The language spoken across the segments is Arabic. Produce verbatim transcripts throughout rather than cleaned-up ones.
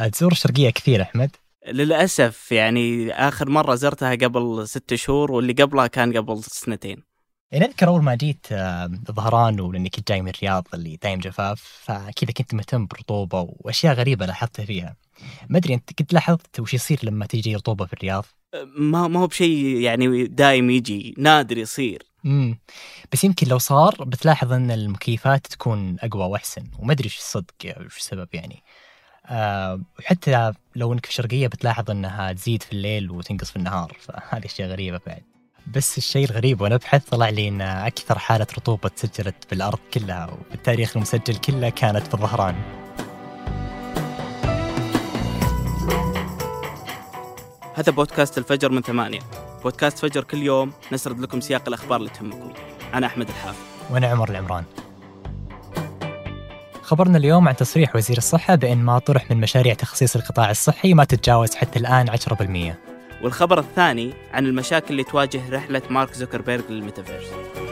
تزور الشرقية كثير أحمد؟ للأسف يعني آخر مرة زرتها قبل ست شهور، واللي قبلها كان قبل سنتين. يعني أذكر أول ما جيت ظهران، ولأني كنت جاي من الرياض اللي دايم جفاف، فكذا كنت مهتم برطوبة وأشياء غريبة لاحظتها فيها. ما أدري أنت كنت لاحظت وش يصير لما تيجي رطوبة في الرياض؟ ما ما هو بشيء يعني دايم يجي، نادر يصير. امم بس يمكن لو صار بتلاحظ أن المكيفات تكون أقوى وأحسن، وما أدري وش الصدق وش السبب يعني. أه وحتى لو أنك في الشرقية بتلاحظ أنها تزيد في الليل وتنقص في النهار، فهذه أشياء غريبة بعد. بس الشيء الغريب وأنا أبحث طلع لي أن أكثر حالة رطوبة تسجلت بالأرض كلها وبالتاريخ المسجل كله كانت في الظهران. هذا بودكاست الفجر من ثمانية، بودكاست فجر كل يوم نسرد لكم سياق الأخبار اللي تهمكم. أنا أحمد الحافظ وأنا عمر العمران. خبرنا اليوم عن تصريح وزير الصحة بأن ما طرح من مشاريع تخصيص القطاع الصحي ما تتجاوز حتى الآن عشرة بالمئة. والخبر الثاني عن المشاكل اللي تواجه رحلة مارك زوكربيرغ للميتافيرس.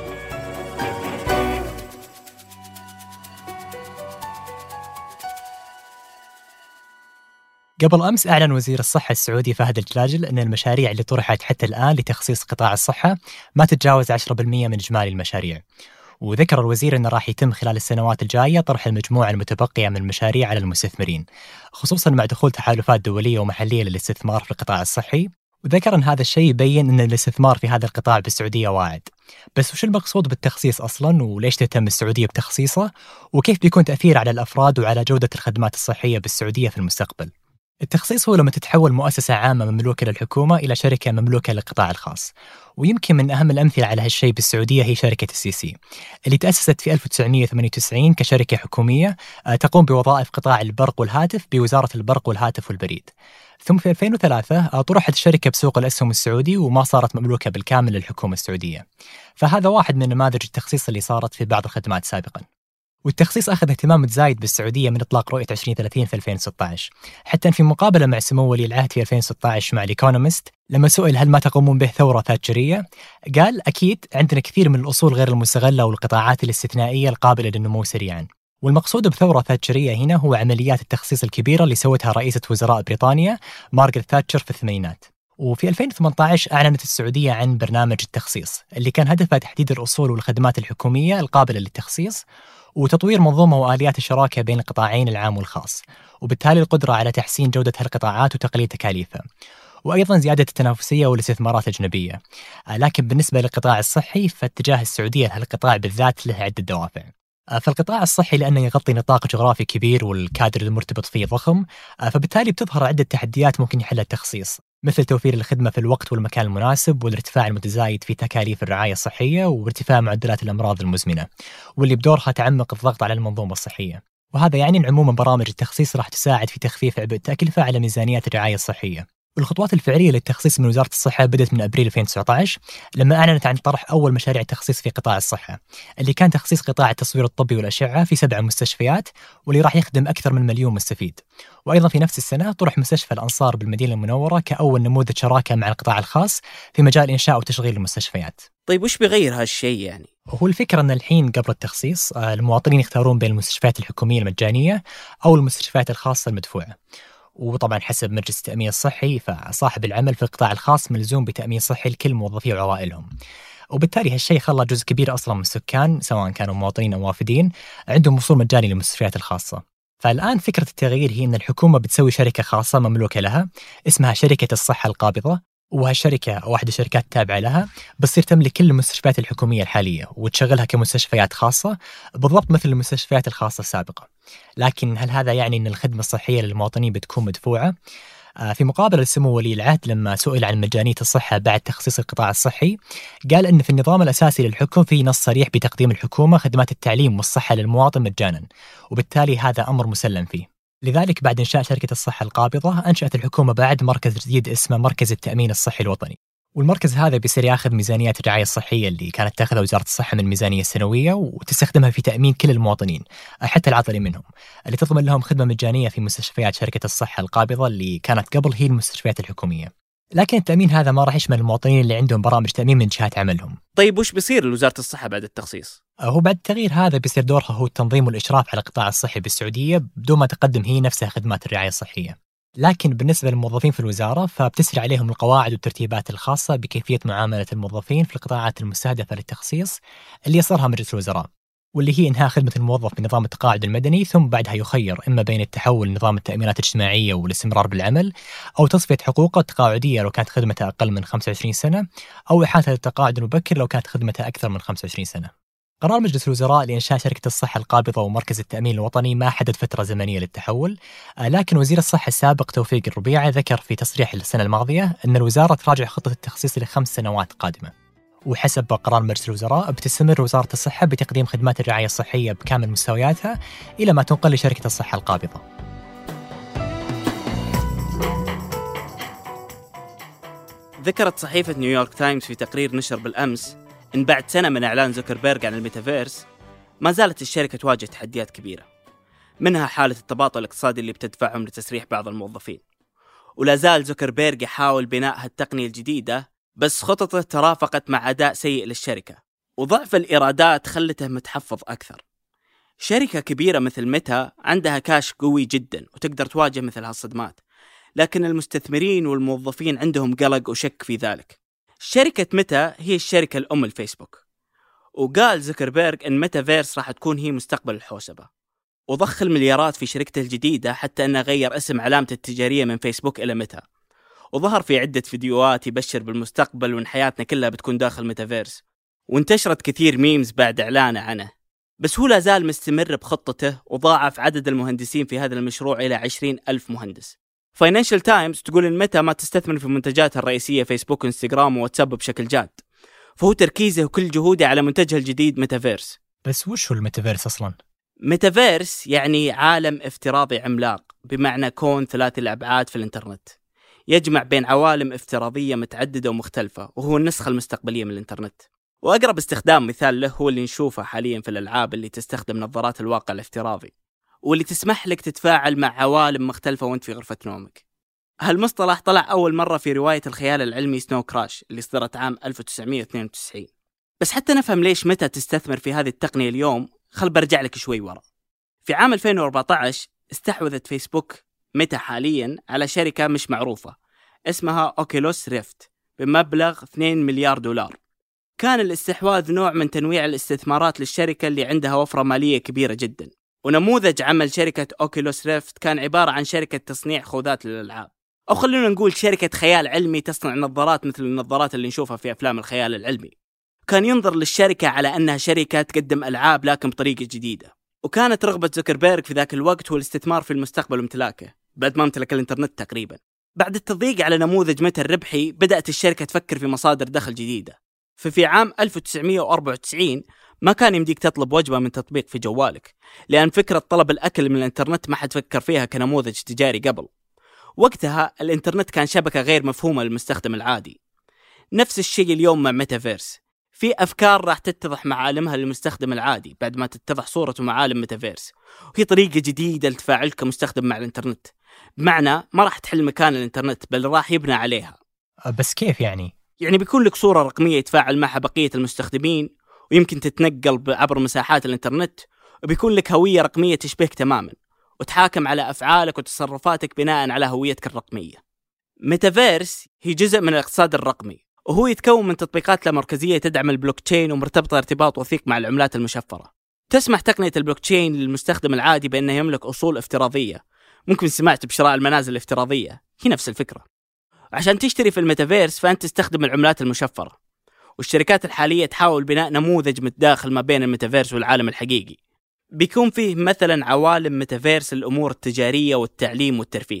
قبل أمس أعلن وزير الصحة السعودي فهد الجلاجل أن المشاريع اللي طرحت حتى الآن لتخصيص قطاع الصحة ما تتجاوز عشرة بالمئة من إجمالي المشاريع. وذكر الوزير أنه راح يتم خلال السنوات الجاية طرح المجموعة المتبقية من المشاريع على المستثمرين، خصوصا مع دخول تحالفات دولية ومحلية للاستثمار في القطاع الصحي. وذكر أن هذا الشيء يبين أن الاستثمار في هذا القطاع بالسعودية واعد. بس وش المقصود بالتخصيص أصلاً، وليش تهتم السعودية بتخصيصه، وكيف بيكون تأثير على الأفراد وعلى جودة الخدمات الصحية بالسعودية في المستقبل؟ التخصيص هو لما تتحول مؤسسة عامة مملوكة للحكومة إلى شركة مملوكة للقطاع الخاص. ويمكن من أهم الأمثلة على هالشيء بالسعودية هي شركة السي سي اللي تأسست في ألف وتسعمئة وثمانية وتسعين كشركة حكومية تقوم بوظائف قطاع البرق والهاتف بوزارة البرق والهاتف والبريد. ثم في ألفين وثلاثة طرحت الشركة بسوق الأسهم السعودي وما صارت مملوكة بالكامل للحكومة السعودية. فهذا واحد من نماذج التخصيص اللي صارت في بعض الخدمات سابقاً. والتخصيص أخذ اهتمام متزايد بالسعودية من إطلاق رؤية عشرين ثلاثين في ألفين وستة عشر، حتى في مقابلة مع سمو ولي العهد في ألفين وستة عشر مع الإيكونومست لما سئل هل ما تقومون به ثورة ثاتشرية، قال أكيد عندنا كثير من الأصول غير المستغلة والقطاعات الاستثنائية القابلة للنمو سريعا. والمقصود بثورة ثاتشرية هنا هو عمليات التخصيص الكبيرة اللي سوتها رئيسة وزراء بريطانيا مارغريت ثاتشر في الثمانينات. وفي ألفين وثمانية عشر أعلنت السعودية عن برنامج التخصيص اللي كان هدفه تحديد الأصول والخدمات الحكومية القابلة للتخصيص وتطوير منظومة وآليات الشراكة بين القطاعين العام والخاص، وبالتالي القدرة على تحسين جودة هالقطاعات وتقليل تكاليفها، وأيضا زيادة التنافسية والاستثمارات الأجنبية. لكن بالنسبة للقطاع الصحي فاتجاه السعودية لهالقطاع بالذات له عدة دوافع. فالقطاع الصحي لأنه يغطي نطاق جغرافي كبير والكادر المرتبط فيه ضخم، فبالتالي بتظهر عدة تحديات ممكن يحلها التخصيص، مثل توفير الخدمة في الوقت والمكان المناسب، والارتفاع المتزايد في تكاليف الرعاية الصحية، وارتفاع معدلات الأمراض المزمنة واللي بدورها تعمق الضغط على المنظومة الصحية. وهذا يعني أن عموما برامج التخصيص راح تساعد في تخفيف عبء التكلفة على ميزانيات الرعاية الصحية. الخطوات الفعلية للتخصيص من وزارة الصحة بدأت من أبريل ألفين وتسعة عشر لما أعلنت عن طرح أول مشاريع تخصيص في قطاع الصحة، اللي كان تخصيص قطاع التصوير الطبي والأشعة في سبع مستشفيات واللي راح يخدم أكثر من مليون مستفيد. وأيضا في نفس السنة طرح مستشفى الأنصار بالمدينة المنورة كأول نموذج شراكة مع القطاع الخاص في مجال إنشاء وتشغيل المستشفيات. طيب وش بيغير هالشيء يعني؟ هو الفكرة أن الحين قبل التخصيص المواطنين يختارون بين المستشفيات الحكومية المجانية أو المستشفيات الخاصة المدفوعة. وطبعا حسب مجلس التأمين الصحي فصاحب العمل في القطاع الخاص ملزوم بتأمين صحي لكل موظفيه وعوائلهم. وبالتالي هالشيء خلى جزء كبير أصلا من السكان سواء كانوا مواطنين أو وافدين عندهم وصول مجاني للمستشفيات الخاصة. فالآن فكرة التغيير هي أن الحكومة بتسوي شركة خاصة مملوكة لها اسمها شركة الصحة القابضة، وهالشركة واحدة شركات تابعة لها بتصير تملك كل المستشفيات الحكومية الحالية وتشغلها كمستشفيات خاصة بالضبط مثل المستشفيات الخاصة السابقة. لكن هل هذا يعني أن الخدمة الصحية للمواطنين بتكون مدفوعة؟ في مقابلة لسمو ولي العهد لما سئل عن مجانية الصحة بعد تخصيص القطاع الصحي قال أن في النظام الأساسي للحكم في نص صريح بتقديم الحكومة خدمات التعليم والصحة للمواطن مجانا، وبالتالي هذا أمر مسلم فيه. لذلك بعد إنشاء شركة الصحة القابضة أنشأت الحكومة بعد مركز جديد اسمه مركز التأمين الصحي الوطني، والمركز هذا بيصير ياخذ ميزانيات الرعاية الصحية اللي كانت تاخذها وزارة الصحة من الميزانية السنوية وتستخدمها في تأمين كل المواطنين حتى العاطلين منهم، اللي تضمن لهم خدمة مجانية في مستشفيات شركة الصحة القابضة اللي كانت قبل هي المستشفيات الحكومية. لكن التأمين هذا ما راح يشمل المواطنين اللي عندهم برامج تأمين من جهات عملهم. طيب وش بيصير لوزارة الصحة بعد التخصيص؟ هو بعد التغيير هذا بيصير دورها هو التنظيم والإشراف على القطاع الصحي بالسعودية بدون ما تقدم هي نفسها خدمات الرعاية الصحية. لكن بالنسبة للموظفين في الوزارة فبتسري عليهم القواعد والترتيبات الخاصة بكيفية معاملة الموظفين في القطاعات المستهدفة للتخصيص اللي يصدرها مجلس الوزراء، واللي هي إنهاء خدمة الموظف بنظام التقاعد المدني، ثم بعدها يخير إما بين التحول لنظام التأمينات الاجتماعية والاستمرار بالعمل، أو تصفية حقوقه التقاعدية لو كانت خدمته أقل من خمسة وعشرين سنة، أو إحالة التقاعد المبكر لو كانت خدمته أكثر من خمسة وعشرين سنة. قرار مجلس الوزراء لإنشاء شركة الصحة القابضة ومركز التأمين الوطني ما حدد فترة زمنية للتحول، لكن وزير الصحة السابق توفيق الربيعي ذكر في تصريح السنة الماضية أن الوزارة تراجع خطة التخصيص لخمس سنوات قادمة. وحسب قرار مجلس الوزراء بتستمر وزارة الصحة بتقديم خدمات الرعاية الصحية بكامل مستوياتها إلى ما تنقل لشركة الصحة القابضة. ذكرت صحيفة نيويورك تايمز في تقرير نشر بالأمس إن بعد سنة من إعلان زوكربيرغ عن الميتافيرس ما زالت الشركة تواجه تحديات كبيرة، منها حالة التباطؤ الاقتصادي اللي بتدفعهم لتسريح بعض الموظفين. ولا زال زوكربيرغ يحاول بناء هالتقنية الجديدة، بس خططه ترافقت مع أداء سيء للشركة، وضعف الإيرادات خلته متحفظ أكثر. شركة كبيرة مثل ميتا عندها كاش قوي جدا وتقدر تواجه مثل هالصدمات، لكن المستثمرين والموظفين عندهم قلق وشك في ذلك. شركة ميتا هي الشركة الأم الفيسبوك، وقال زوكربيرغ إن ميتافيرس راح تكون هي مستقبل الحوسبة، وضخ المليارات في شركته الجديدة حتى أنه غير اسم علامته التجارية من فيسبوك إلى ميتا، وظهر في عدة فيديوهات يبشر بالمستقبل وإن حياتنا كلها بتكون داخل ميتافيرس، وانتشرت كثير ميمز بعد إعلانه عنه. بس هو لازال مستمر بخطته وضاعف عدد المهندسين في هذا المشروع إلى عشرين ألف مهندس. فاينانشال تايمز تقول إن ميتا ما تستثمر في منتجاتها الرئيسية فيسبوك وإنستغرام وواتساب بشكل جاد، فهو تركيزه وكل جهوده على منتجه الجديد ميتافيرس. بس وش هو الميتافيرس أصلاً؟ ميتافيرس يعني عالم افتراضي عملاق، بمعنى كون ثلاثي الأبعاد في الإنترنت، يجمع بين عوالم افتراضية متعددة ومختلفة، وهو النسخة المستقبلية من الإنترنت. وأقرب استخدام مثال له هو اللي نشوفه حاليا في الألعاب اللي تستخدم نظارات الواقع الافتراضي، واللي تسمح لك تتفاعل مع عوالم مختلفة وانت في غرفة نومك. هالمصطلح طلع أول مرة في رواية الخيال العلمي سنو كراش اللي صدرت عام ألف وتسعمائة واثنين وتسعين. بس حتى نفهم ليش متى تستثمر في هذه التقنية اليوم، خل برجع لك شوي ورا. في عام ألفين وأربعة عشر استحوذت فيسبوك متى حاليا على شركة مش معروفة اسمها أوكيلوس ريفت بمبلغ اثنين مليار دولار. كان الاستحواذ نوع من تنويع الاستثمارات للشركة اللي عندها وفرة مالية كبيرة جدا. ونموذج عمل شركة أوكيلوس ريفت كان عبارة عن شركة تصنيع خوذات للألعاب، أو خلونا نقول شركة خيال علمي تصنع نظارات مثل النظارات اللي نشوفها في أفلام الخيال العلمي. كان ينظر للشركة على أنها شركة تقدم ألعاب لكن بطريقة جديدة. وكانت رغبة زوكربيرغ في ذاك الوقت هو الاستثمار في المستقبل وامتلاكه بعد ما امتلك الإنترنت تقريبا. بعد التضييق على نموذج ميتا الربحي بدأت الشركة تفكر في مصادر دخل جديدة. ففي عام ألف وتسعمائة وأربعة وتسعين ما كان يمديك تطلب وجبة من تطبيق في جوالك، لأن فكرة طلب الأكل من الإنترنت ما حد فكر فيها كنموذج تجاري قبل. وقتها الإنترنت كان شبكة غير مفهومة للمستخدم العادي. نفس الشيء اليوم مع ميتافيرس، في أفكار راح تتضح معالمها للمستخدم العادي بعد ما تتضح صورة ومعالم ميتافيرس، وهي طريقة جديدة لتفاعلك كمستخدم مع الإنترنت، بمعنى ما راح تحل مكان الإنترنت بل راح يبنى عليها. بس كيف يعني؟ يعني بيكون لك صورة رقمية يتفاعل معها بقية المستخدمين، ويمكن تتنقل عبر مساحات الإنترنت، وبيكون لك هوية رقمية تشبهك تماما وتحاكم على أفعالك وتصرفاتك بناء على هويتك الرقمية. ميتافيرس هي جزء من الاقتصاد الرقمي، وهو يتكون من تطبيقات لا مركزية تدعم البلوكتشين ومرتبطة ارتباط وثيق مع العملات المشفرة. تسمح تقنية البلوكتشين للمستخدم العادي بأنه يملك أصول افتراضية. ممكن سمعت بشراء المنازل الافتراضية، هي نفس الفكرة. عشان تشتري في الميتافيرس فأنت تستخدم العملات المشفرة، والشركات الحالية تحاول بناء نموذج متداخل ما بين الميتافيرس والعالم الحقيقي. بيكون فيه مثلا عوالم ميتافيرس الأمور التجارية والتعليم والترفيه.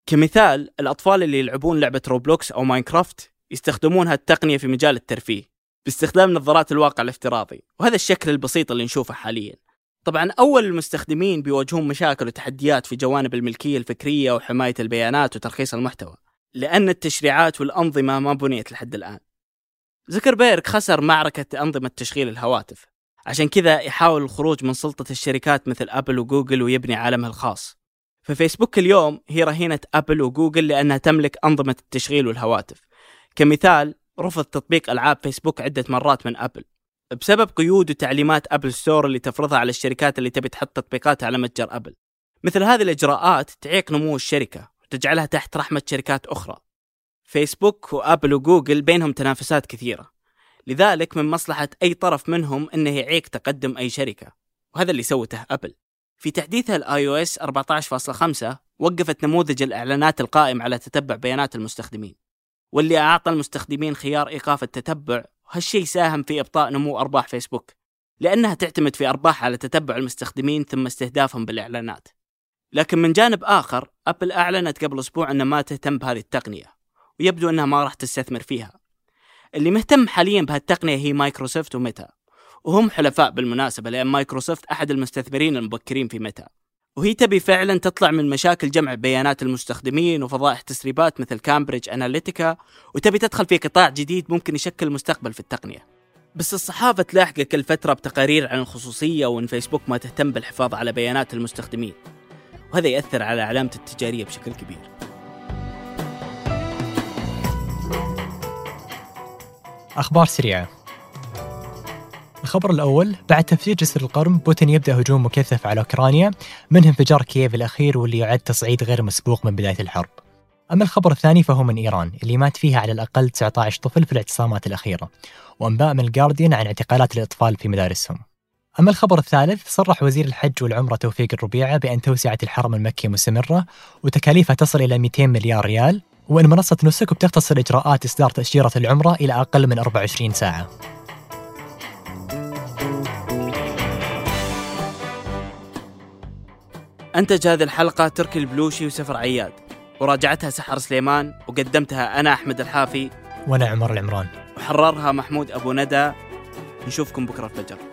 كمثال الأطفال اللي يلعبون لعبة روبلوكس أو ماينكرافت يستخدمون هالتقنية في مجال الترفيه باستخدام نظارات الواقع الافتراضي، وهذا الشكل البسيط اللي نشوفه حاليا. طبعا أول المستخدمين بيواجهون مشاكل وتحديات في جوانب الملكية الفكرية وحماية البيانات وترخيص المحتوى، لأن التشريعات والأنظمة ما بنيت لحد الآن. زوكربيرغ خسر معركة أنظمة تشغيل الهواتف، عشان كذا يحاول الخروج من سلطة الشركات مثل أبل وجوجل ويبني عالمه الخاص. ففيسبوك اليوم هي رهينة أبل وجوجل لأنها تملك أنظمة التشغيل والهواتف. كمثال، رفض تطبيق ألعاب فيسبوك عدة مرات من أبل بسبب قيود وتعليمات أبل ستور اللي تفرضها على الشركات اللي تبي تحط تطبيقاتها على متجر أبل. مثل هذه الإجراءات تعيق نمو الشركة وتجعلها تحت رحمة شركات أخرى. فيسبوك وأبل وجوجل بينهم تنافسات كثيرة، لذلك من مصلحة أي طرف منهم أنه يعيق تقدم أي شركة، وهذا اللي سوته أبل. في تحديثها الاي او اس أربعة عشر فاصلة خمسة وقفت نموذج الإعلانات القائم على تتبع بيانات المستخدمين، واللي أعطى المستخدمين خيار إيقاف التتبع، وهالشيء ساهم في إبطاء نمو أرباح فيسبوك، لأنها تعتمد في أرباحها على تتبع المستخدمين ثم استهدافهم بالإعلانات. لكن من جانب آخر، أبل أعلنت قبل أسبوع أنها ما تهتم بهذه التقنية، ويبدو أنها ما راح تستثمر فيها. اللي مهتم حاليا بهالتقنية هي مايكروسوفت وميتا، وهم حلفاء بالمناسبة، لأن مايكروسوفت أحد المستثمرين المبكرين في ميتا، وهي تبي فعلا تطلع من مشاكل جمع بيانات المستخدمين وفضائح تسريبات مثل كامبريدج أناليتيكا، وتبي تدخل في قطاع جديد ممكن يشكل مستقبل في التقنية. بس الصحافة تلاحق كل فترة بتقارير عن الخصوصية وأن فيسبوك ما تهتم بالحفاظ على بيانات المستخدمين، وهذا يأثر على علامة التجارية بشكل كبير. أخبار سريعة. الخبر الأول، بعد تفجير جسر القرم، بوتين يبدأ هجوم مكثف على أوكرانيا، منه انفجار كييف الأخير واللي يعد تصعيد غير مسبوق من بداية الحرب. أما الخبر الثاني فهو من إيران، اللي مات فيها على الأقل تسعة عشر طفل في الاعتصامات الأخيرة، وأنباء من الجارديان عن اعتقالات الأطفال في مدارسهم. أما الخبر الثالث، صرح وزير الحج والعمرة توفيق الربيعة بأن توسعة الحرم المكي مستمرة وتكاليفها تصل إلى مئتين مليار ريال، وأن منصة نسك بتختصر إجراءات إصدار تأشيرة العمرة إلى أقل من أربعة وعشرين ساعة. أنتج هذه الحلقة تركي البلوشي وسفر عياد، وراجعتها سحر سليمان، وقدمتها أنا أحمد الحافي وأنا عمر العمران، وحررها محمود أبو ندى. نشوفكم بكرة الفجر.